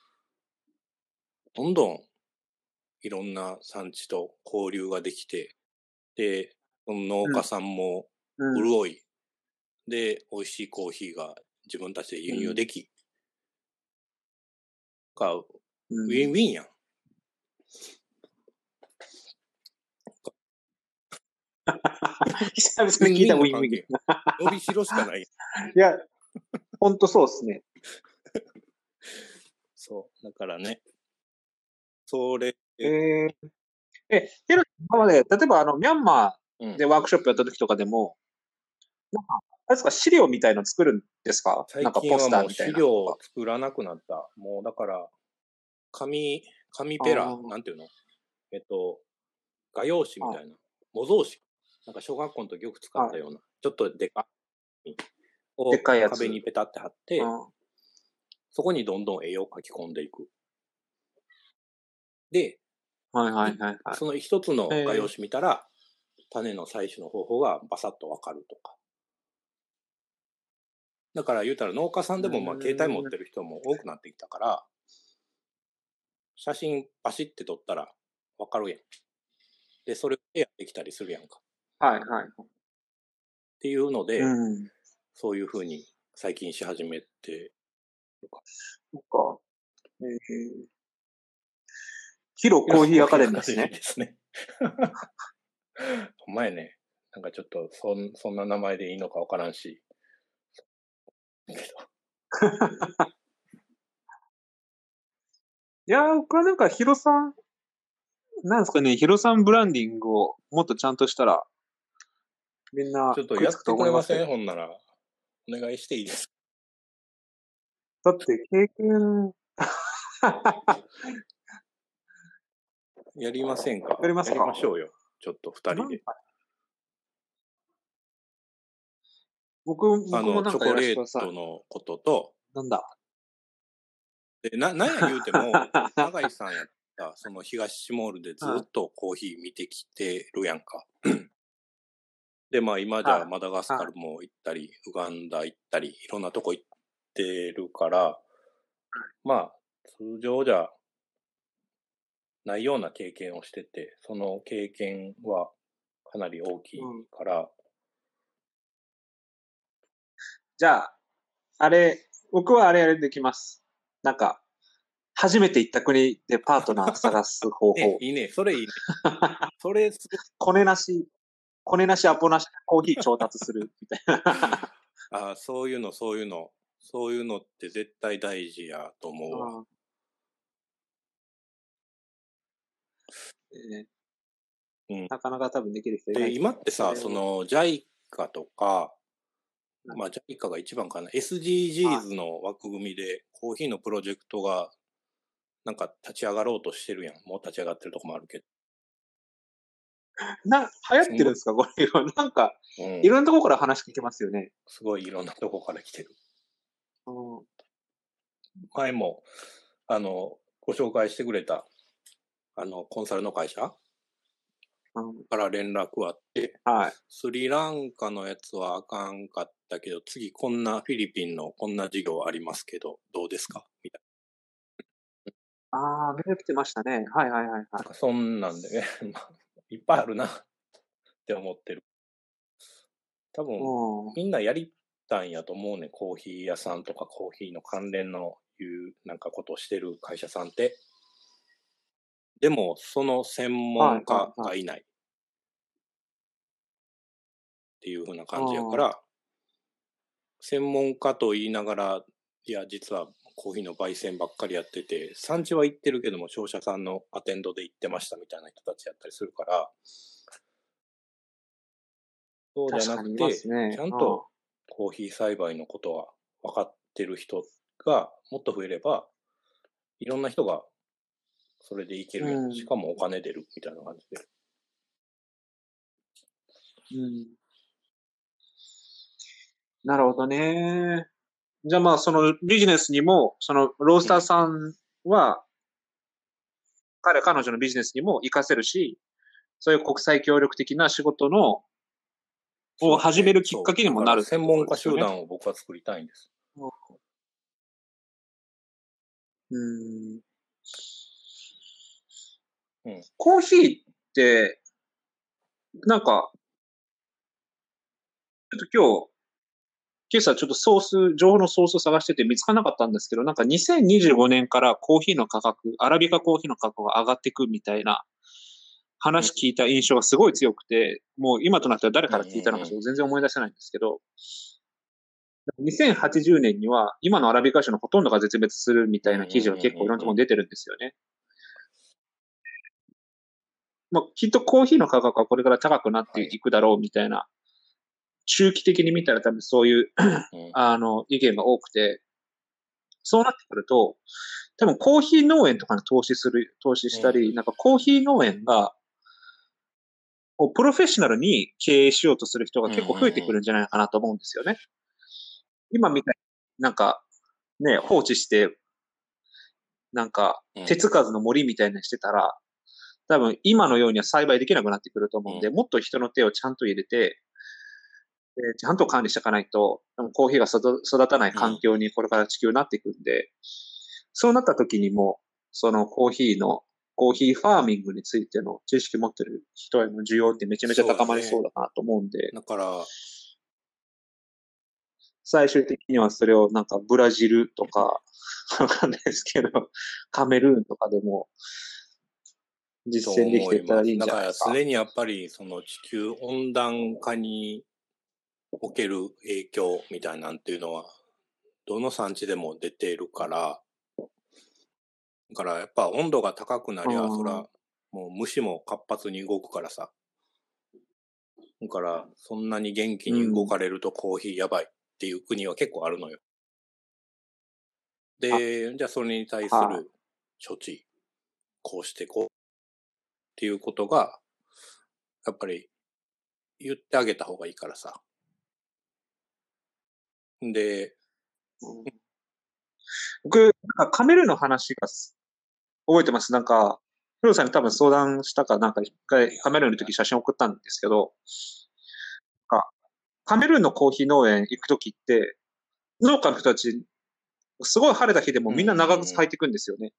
どんどんいろんな産地と交流ができて、で、その農家さんも潤い、で、美味しいコーヒーが自分たちで輸入でき、ウィンウィンやん。 久々に聞いたウィンウィン。 伸びしろしかない。 いや、ほんとそうですね。 そう。だからね。それ。 ヒロ今まで、例えばミャンマーでワークショップやった時とかでも、なんか、あれですか、資料みたいの作るんですか？なんかポスターみたいな。 資料を作らなくなった。もうだから、紙ペラ、なんていうの画用紙みたいな。模造紙。なんか小学校の時よく使ったような。ちょっとでかい壁にペタって貼って、そこにどんどん絵を描き込んでいく。で、その一つの画用紙見たら、種の採取の方法がバサッとわかるとか。だから言うたら農家さんでもまあ携帯持ってる人も多くなってきたから、写真バシって撮ったらわかるやん。で、それをエアできたりするやんか。 はいはい。 っていうので、そういうふうに最近し始めてるか。 ヒロコーヒーアカデミーですね。 ですね。お前ね、なんかちょっとそんな名前でいいのかわからんし。 いやー、僕はなんかヒロさん、なんですかね、ヒロさんブランディングをもっとちゃんとしたら、 みんなちょっと食いつくとやってく思いますけど。 れません？ほんなら。お願いしていいですか？ だって経験、 やりませんか？ややりますか？ りましょうよ。ちょっと二人で。 僕もなんかやらせチョコレーてください。 トのことと、 なんだ。 で、なんや言うても、永井さんやった、その東シモールでずっとコーヒー見てきてるやんか。で、まあ今じゃマダガスカルも行ったり、ウガンダ行ったり、いろんなとこ行ってるから、まあ通常じゃないような経験をしてて、その経験はかなり大きいから、 じゃあ、僕はあれできます。なんか、初めて行った国でパートナー探す方法。 ね、いいね。それいいね。それすコネなしアポなしでコーヒー調達するみたいな。 あ、そういうのって絶対大事やと思うわ。 なかなか多分できる人いない。 で、今ってさ、その JICA とか、まあ JICA が一番かな、SDGs の枠組みでコーヒーのプロジェクトがなんか立ち上がろうとしてるやん。もう立ち上がってるとこもあるけど。 流行ってるんですかこれ。なんか、いろんなとこから話聞きますよね。 すごいいろんなとこから来てる。 うん、 前も、ご紹介してくれた、コンサルの会社から連絡あって、 はい。 スリランカのやつはあかんかったけど、次こんなフィリピンのこんな事業ありますけど、どうですかみたいああ、メール来てましたね。はいはいはい、はい。 な。そんなんでね、いっぱいあるなって思ってる。多分、みんなやりたいんやと思うね。コーヒー屋さんとかコーヒーの関連のいうなんかことをしてる会社さんって。でも、その専門家がいないっていう風な感じやから、専門家と言いながら、いや、実はコーヒーの焙煎ばっかりやってて、産地は行ってるけども、商社さんのアテンドで行ってましたみたいな人たちやったりするから、そうじゃなくて、ちゃんとコーヒー栽培のことは分かってる人がもっと増えれば、いろんな人がそれでいけるやん。しかもお金出るみたいな感じで。 なるほどね。じゃあまあそのビジネスにも、そのロースターさんは、彼女のビジネスにも活かせるし、そういう国際協力的な仕事のを始めるきっかけにもなる、 専門家集団を僕は作りたいんです。 コーヒーって、なんか、ちょっと今朝ちょっと情報のソースを探してて見つからなかったんですけど、なんか2025年からコーヒーの価格、アラビカコーヒーの価格が上がっていくみたいな話聞いた印象がすごい強くて、もう今となっては誰から聞いたのか全然思い出せないんですけど、2080年には今のアラビカ種のほとんどが絶滅するみたいな記事が結構いろんなところに出てるんですよね。まあ、きっとコーヒーの価格はこれから高くなっていくだろうみたいな、中期的に見たら多分そういう意見が多くて、そうなってくると、多分コーヒー農園とかに投資したり、なんかコーヒー農園が、プロフェッショナルに経営しようとする人が結構増えてくるんじゃないかなと思うんですよね。今みたいになんか、ね、放置して、なんか、手つかずの森みたいにしてたら、多分今のようには栽培できなくなってくると思うんで、もっと人の手をちゃんと入れて、ちゃんと管理していかないと、コーヒーが育たない環境にこれから地球になっていくんで、そうなった時にも、そのコーヒーファーミングについての知識持ってる人への需要ってめちゃめちゃ高まりそうだなと思うんで、 だから、 最終的にはそれをなんかブラジルとか、わかんないですけど、カメルーンとかでも実践できていったらいいんじゃないですか。 だから常にやっぱりその地球温暖化における影響みたいなんていうのは、どの産地でも出ているから、だからやっぱ温度が高くなりゃ、そら、もう虫も活発に動くからさ。 だから、そんなに元気に動かれるとコーヒーやばいっていう国は結構あるのよ。で、じゃあそれに対する処置、こうしてこうっていうことが、やっぱり言ってあげた方がいいからさ。で、 僕、なんかカメルーンの話が覚えてます。なんか、ヒロさんに多分相談したかなんか一回カメルーンの時写真送ったんですけど、なんかカメルーンのコーヒー農園行く時って、農家の人たち、すごい晴れた日でもみんな長靴履いていくんですよね。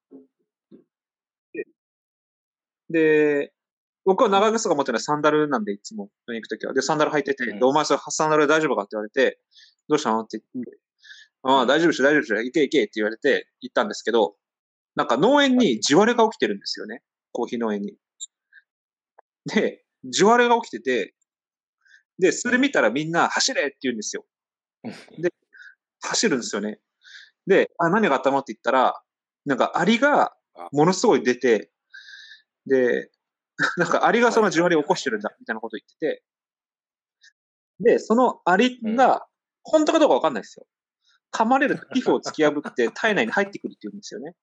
で、僕は長靴が持ってるのはサンダルなんで、いつも行くときは。で、サンダル履いてて、で、お前それサンダル大丈夫かって言われて、どうしたのって言って、ああ、大丈夫でしょ、大丈夫でしょ、行け行けって言われて行ったんですけど、なんか農園に地割れが起きてるんですよね。コーヒー農園に。で、地割れが起きてて、で、それ見たらみんな走れって言うんですよ。で、走るんですよね。で、何があったのって言ったら、なんかアリがものすごい出て、で、なんかアリがその地割れを起こしてるんだ、みたいなこと言ってて、で、そのアリが、本当かどうかわかんないですよ。噛まれると皮膚を突き破って体内に入ってくるって言うんですよね。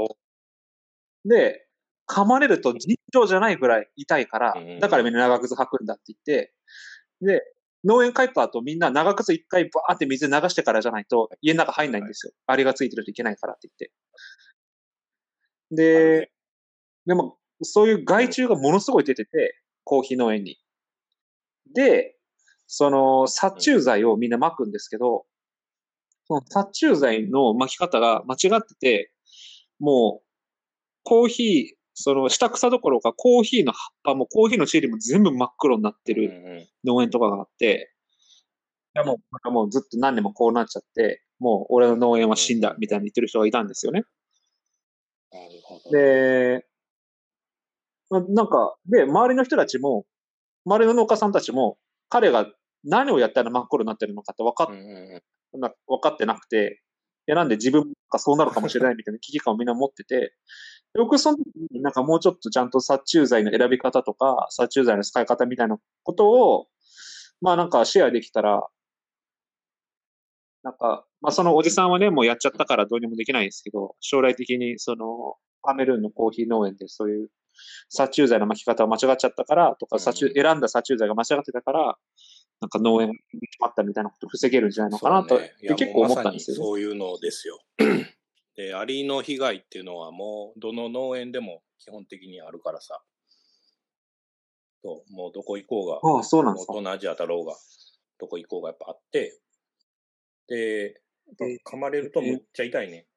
で、噛まれると尋常じゃないぐらい痛いから、だからみんな長靴履くんだって言って、で、農園帰った後みんな長靴一回バーって水流してからじゃないと家の中入んないんですよ。アリがついてるといけないからって言って。で、でも、そういう害虫がものすごい出てて、コーヒー農園に。で、その殺虫剤をみんな撒くんですけど、その殺虫剤の撒き方が間違ってて、もう、コーヒー、その下草どころかコーヒーの葉っぱもコーヒーのシールも全部真っ黒になってる農園とかがあって、いやもう、なんかもうずっと何年もこうなっちゃって、もう俺の農園は死んだみたいに言ってる人がいたんですよね。で、なんか、で、周りの人たちも、周りの農家さんたちも、彼が何をやったら真っ黒になってるのかって分かってなくて、いや、なんで自分がそうなるかもしれないみたいな危機感をみんな持ってて、僕その時になんかもうちょっとちゃんと殺虫剤の選び方とか、殺虫剤の使い方みたいなことを、まあなんかシェアできたら、なんか、まあそのおじさんはね、もうやっちゃったからどうにもできないんですけど、将来的にその、カメルーンのコーヒー農園でそういう殺虫剤の巻き方を間違っちゃったからとか、選んだ殺虫剤が間違ってたから、なんか農園に決まったみたいなことを防げるんじゃないのかなと、結構思ったんですよね。 そういうのですよ。で、アリの被害っていうのはもうどの農園でも基本的にあるからさ。もうどこ行こうが、 ああ、そうなんですか。 東南アジアだろうが、どこ行こうがやっぱあって、で、噛まれるとむっちゃ痛いね。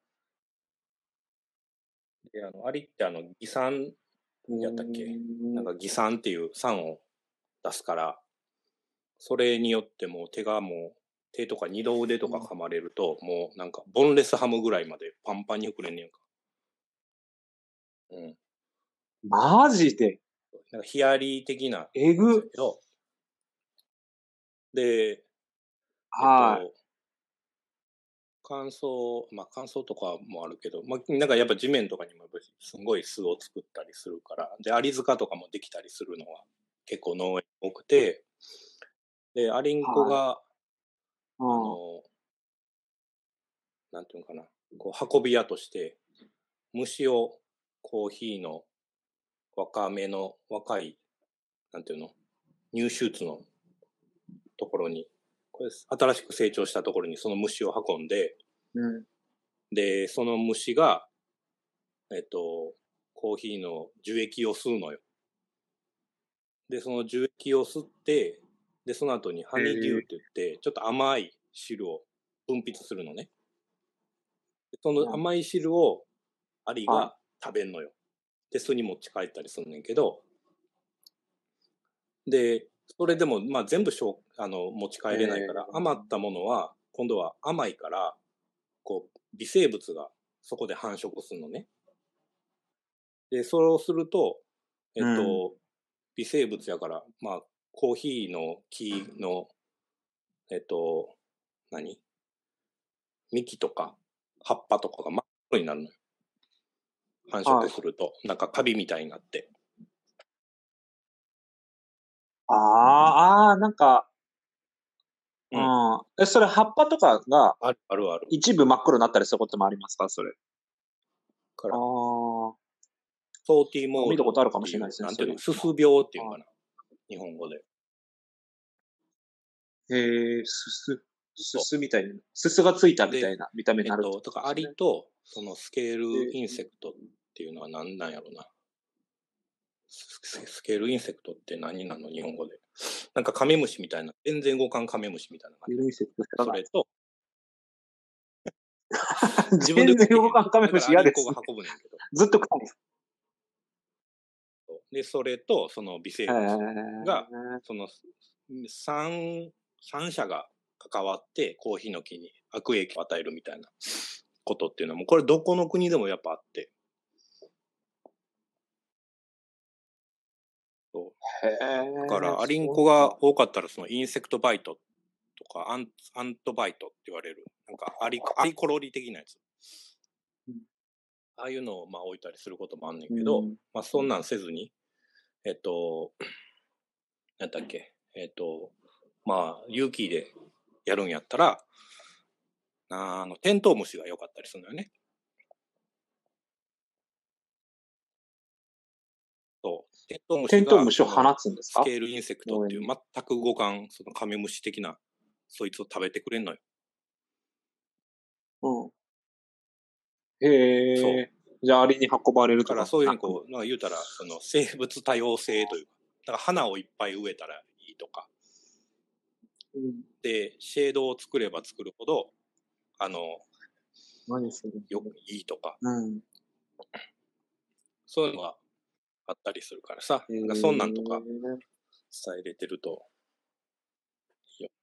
で、アリって偽酸やったっけ？なんか偽酸っていう酸を出すから、それによってもう手とか二の腕とか噛まれると、もうなんかボンレスハムぐらいまでパンパンに膨れんねんか。うん。 マジでなんかヒアリ的な。 えぐ。 で、 はい。 乾燥とかもあるけど、なんかやっぱ地面とかにもすごい巣を作ったりするから、で、アリ塚とかもできたりするのは結構農園多くて、で、アリンコが、なんていうのかな、こう運び屋として、虫をコーヒーの若い、なんていうの、乳シューツのところに、これ新しく成長したところにその虫を運んで、で、その虫が、コーヒーの樹液を吸うのよ。で、その樹液を吸って、で、その後にハニーデューって言って、ちょっと甘い汁を分泌するのね。その甘い汁をアリが食べんのよ。で、巣に持ち帰ったりするんねんけど、で、それでも、全部持ち帰れないから、余ったものは、今度は甘いから、こう、微生物がそこで繁殖するのね。で、そうすると、微生物やから、コーヒーの木の、幹とか葉っぱとかが真っ黒になるのよ。繁殖すると、なんかカビみたいになって。 なんか、それ葉っぱとかがあるある。 一部真っ黒になったりすることもありますか、それ。 から、 あソーティーモール見たことあるかっていう、 もしれないですね。 なんていうの、 そすす病っていうのかな。日本語で。 へえ、すすみたいな。すすがついたみたいな見た目になるってこととか、アですね。 リと、そのスケールインセクトっていうのは何なんやろな。スケールインセクトって何なの日本語で。なんかカメムシみたいな、全然動かんカメムシみたいな感じ。 インセクトそれと、 自分で動かんカメムシ嫌です。 だからアリンコが運ぶねんけど。 ずっと臭いです。 で、それと、その微生物が、その3社が関わってコーヒーの木に悪影響を与えるみたいなことっていうのも、これどこの国でもやっぱあって。だからアリンコが多かったらそのインセクトバイトとかアントバイトって言われるなんかアリコロリ的なやつ、ああいうのをまあ置いたりすることもあんねんけど、まあそんなんせずになんだっけまあ有機でやるんやったらテントウムシが良かったりするのよね。テントウムシがテントウムシを放つんですか？ スケールインセクトっていう全く動かんそのカメムシ的なそいつを食べてくれんのよ。 へえ。じゃあアリに運ばれるとか。 だからそういうふうにこうなんか言うたらその生物多様性というか、だから花をいっぱい植えたらいいとか、でシェードを作れば作るほどよくいいとか、そういうのがあったりするからさ、なんかそんなんとか伝えれてるといいよ。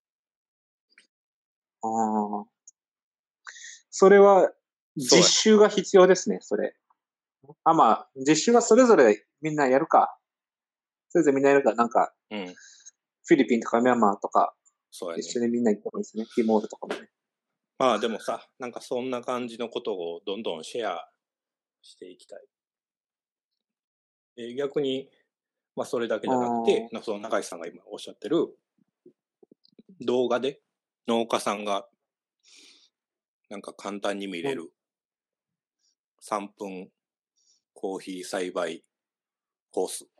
それは実習が必要ですね、それ。まあ、実習はそれぞれみんなやるか。それぞれみんなやるか、なんか、フィリピンとかミャンマーとか、一緒にみんな行った方がいいですね。ティモールとかもね。 まあでもさ、なんかそんな感じのことをどんどんシェアしていきたい。逆に、まあそれだけじゃなくて、その中井さんが今おっしゃってる動画で農家さんがなんか簡単に見れる3分コーヒー栽培コース。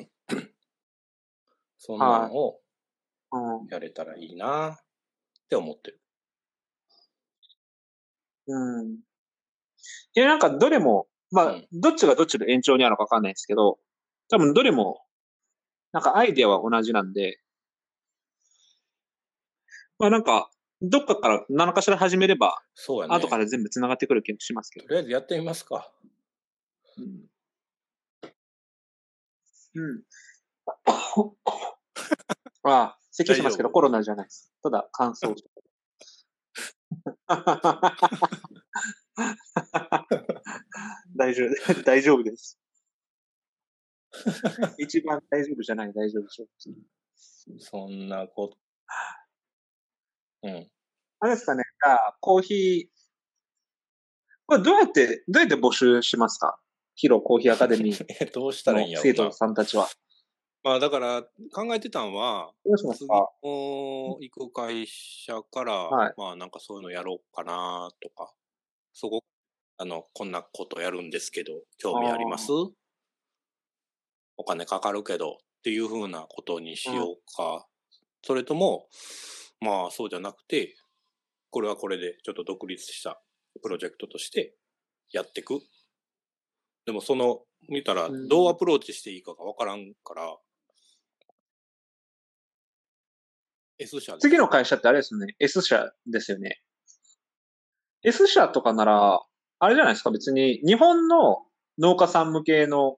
そんなのをやれたらいいなって思ってる。 いや、なんかどれも、まあ、どっちがどっちの延長にあるのかわかんないですけど、多分どれも、なんかアイデアは同じなんで、まあなんか、どっかから何かしら始めれば、 そうやね。 後から全部繋がってくる気がしますけど。 とりあえずやってみますか。 咳しますけどコロナじゃないです。ただ乾燥して。大丈夫です。一番大丈夫じゃない、大丈夫でしょ。 そんなこと。 あれですかね、じゃあ、コーヒー、これどうやって募集しますか？ヒロコーヒーアカデミーどうしたらいいんやろうな。 生徒さんたちは。 まあだから考えてたんは、 どうしますか？ 次の行く会社から、まあなんかそういうのやろうかなとか、こんなことやるんですけど、興味あります？お金かかるけどっていうふうなことにしようか。それとも、まあそうじゃなくて、これはこれでちょっと独立したプロジェクトとしてやっていく。でも見たらどうアプローチしていいかがわからんから、S 社次の会社ってあれですよね。S 社ですよね。S 社とかなら、あれじゃないですか、別に日本の農家さん向けの、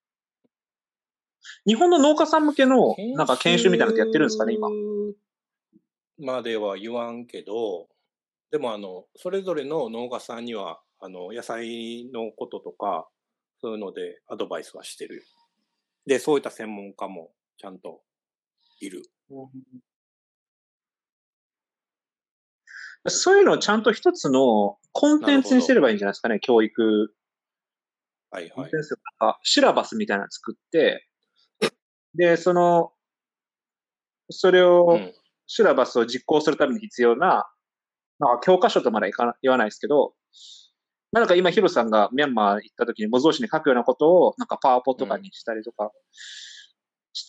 なんか研修みたいなのってやってるんですかね、今。 までは言わんけど、でもそれぞれの農家さんには、野菜のこととか、そういうのでアドバイスはしてる。で、そういった専門家もちゃんといる。 そういうのをちゃんと一つのコンテンツにしてればいいんじゃないですかね、教育。 はいはい。 シラバスみたいなの作って、で、そのそれを、 うんシュラバスを実行するために必要な、まあ、教科書とまで言わないですけど、なんか今ヒロさんがミャンマー行った時に模造紙に書くようなことを、なんかパワポとかにしたりとかして、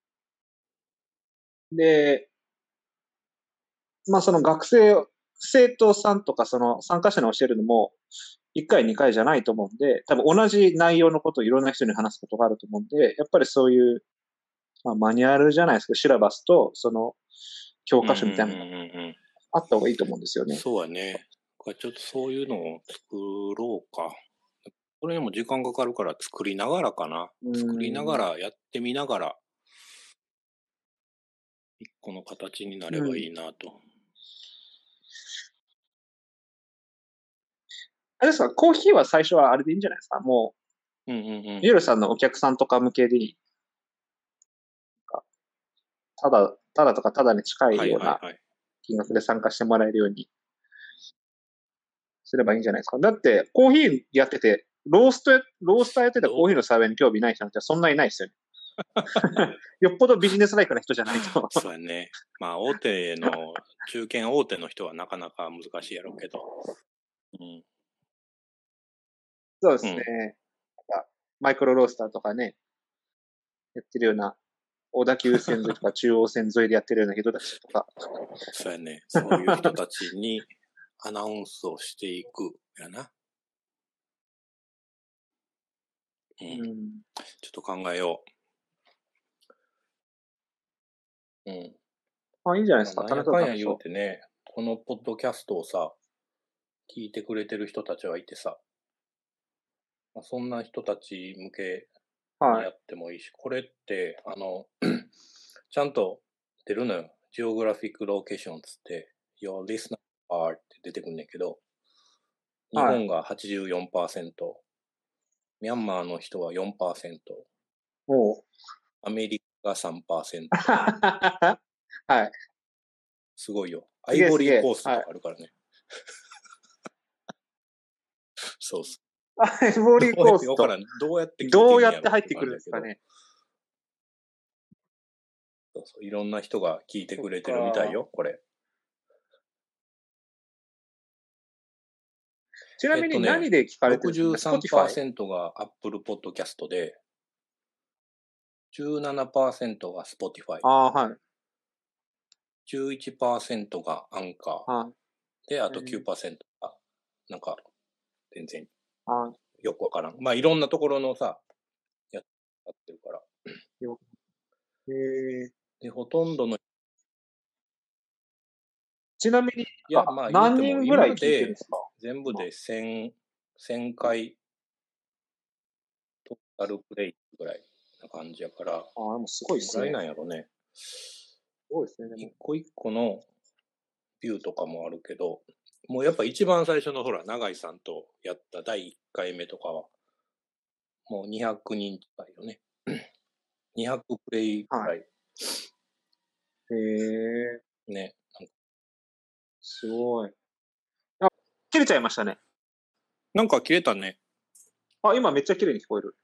で、まあその生徒さんとかその参加者に教えるのも、1回2回じゃないと思うんで、多分同じ内容のことをいろんな人に話すことがあると思うんで、やっぱりそういう、まあ、マニュアルじゃないですけど、シラバスとその教科書みたいなのがあった方がいいと思うんですよね。 そうやね。ちょっとそういうのを作ろうか。それにも時間かかるから作りながらかな。作りながらやってみながら、一個の形になればいいなと。 あれですか、コーヒーは最初はあれでいいんじゃないですか、もう、 ユーロさんのお客さんとか向けでいい。ただとかただに近いような金額で参加してもらえるようにすればいいんじゃないですか。だって、コーヒーやってて、ロースターやってたコーヒーのサーベイに興味ない人なんてそんなにないですよね。よっぽどビジネスライクな人じゃないと。 そうやね。まあ、中堅大手の人はなかなか難しいやろうけど。うん、 そうですね。マイクロロースターとかね、やってるような、小田急線沿いとか中央線沿いでやってるような人たちとか。 そうやね。そういう人たちにアナウンスをしていくやな。ちょっと考えよう。いいいんじゃないですか。 なんやかんや言うてね、このポッドキャストをさ、聞いてくれてる人たちはいてさ、そんな人たち向けにやってもいいし、これって、ちゃんと出るのよ。Geographic Location つって、Your listener are って出てくんねんけど、日本が 84%、ミャンマーの人は 4%、アメリカが 3%。 はい。 すごいよ。アイボリーコーストとかあるからね。そうそう。 アイボリーコースト。 どうやって入ってくるんですかね。 そうそう。いろんな人が聞いてくれてるみたいよ、これ。 ちなみに何で聞かれてるんですか？ 63% が Apple Podcast で、17% が Spotify。 はい。 11% がアンカー。で、あと 9% が、なんか、全然、よくわからん。まあ、いろんなところのさ、やってるから。で、ほとんどの。 ちなみに、何人ぐらい聞いてるんですか？ 全部で1000回、トータルプレイぐらいな感じやから。 でもすごいですね。 ぐらいなんやろね。 すごいですね。 一個一個のビューとかもあるけど、もうやっぱ一番最初のほら、永井さんとやった第1回目とかは、もう200人近いよね。200プレイぐらい。ね。 すごい。切れちゃいましたね。 なんか切れたね。 今めっちゃ綺麗に聞こえる。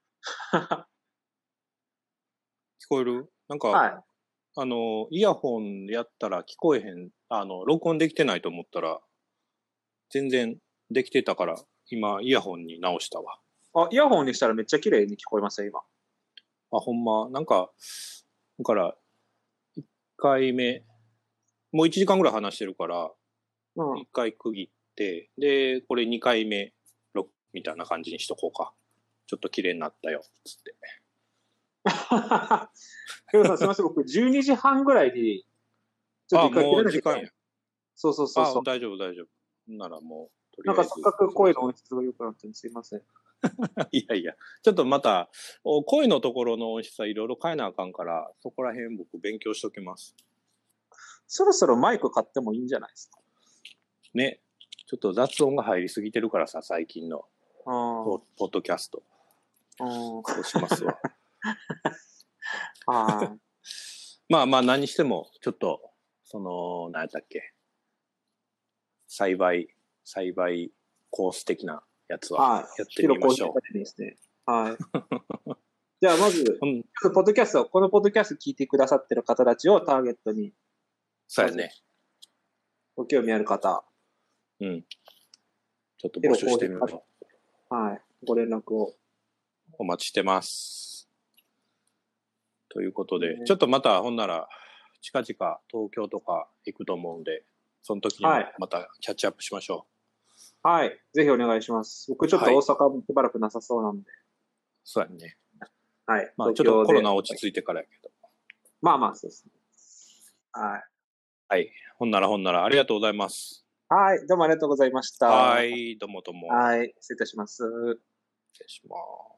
聞こえる？なんか、イヤホンやったら聞こえへん、録音できてないと思ったら、全然できてたから、今、イヤホンに直したわ。 イヤホンにしたらめっちゃ綺麗に聞こえますよ、今。 ほんま。なんか、だから、1回目、もう1時間ぐらい話してるから、1回区切って、で、これ2回目、みたいな感じにしとこうか。ちょっと綺麗になったよ、つって。 ヒロさん、すみません、僕12時半ぐらいに、 ちょっと一回切れなきゃいけない。 そう。 大丈夫。ならもう、 なんかせっかく声の音質が良くなってるんですいません。 いや、ちょっとまた、声のところの音質はいろいろ変えなあかんから、そこら辺僕勉強しときます。 そろそろマイク買ってもいいんじゃないですか。 ね。ちょっと雑音が入りすぎてるからさ、最近のポッドキャスト。そうしますわ。まあ何しても、ちょっと、何やったっけ。栽培コース的なやつはやってみましょう。 はい。 じゃあまず、このポッドキャスト聞いてくださってる方たちをターゲットに。 そうやね。 ご興味ある方。 うん。ちょっと募集してみましょう。はい。ご連絡を。 お待ちしてます。ということで、ちょっとまた、ほんなら、近々東京とか行くと思うんで、その時にもまたキャッチアップしましょう。はい。ぜひお願いします。僕ちょっと大阪もしばらくなさそうなんで。 そうやね。 はい。 まあちょっとコロナ落ち着いてからやけど。 まあまあ、そうですね。はい。 はい。ほんならありがとうございます。 はい。どうもありがとうございました。 はい。どうもどうも。 はい。失礼いたします。 失礼します。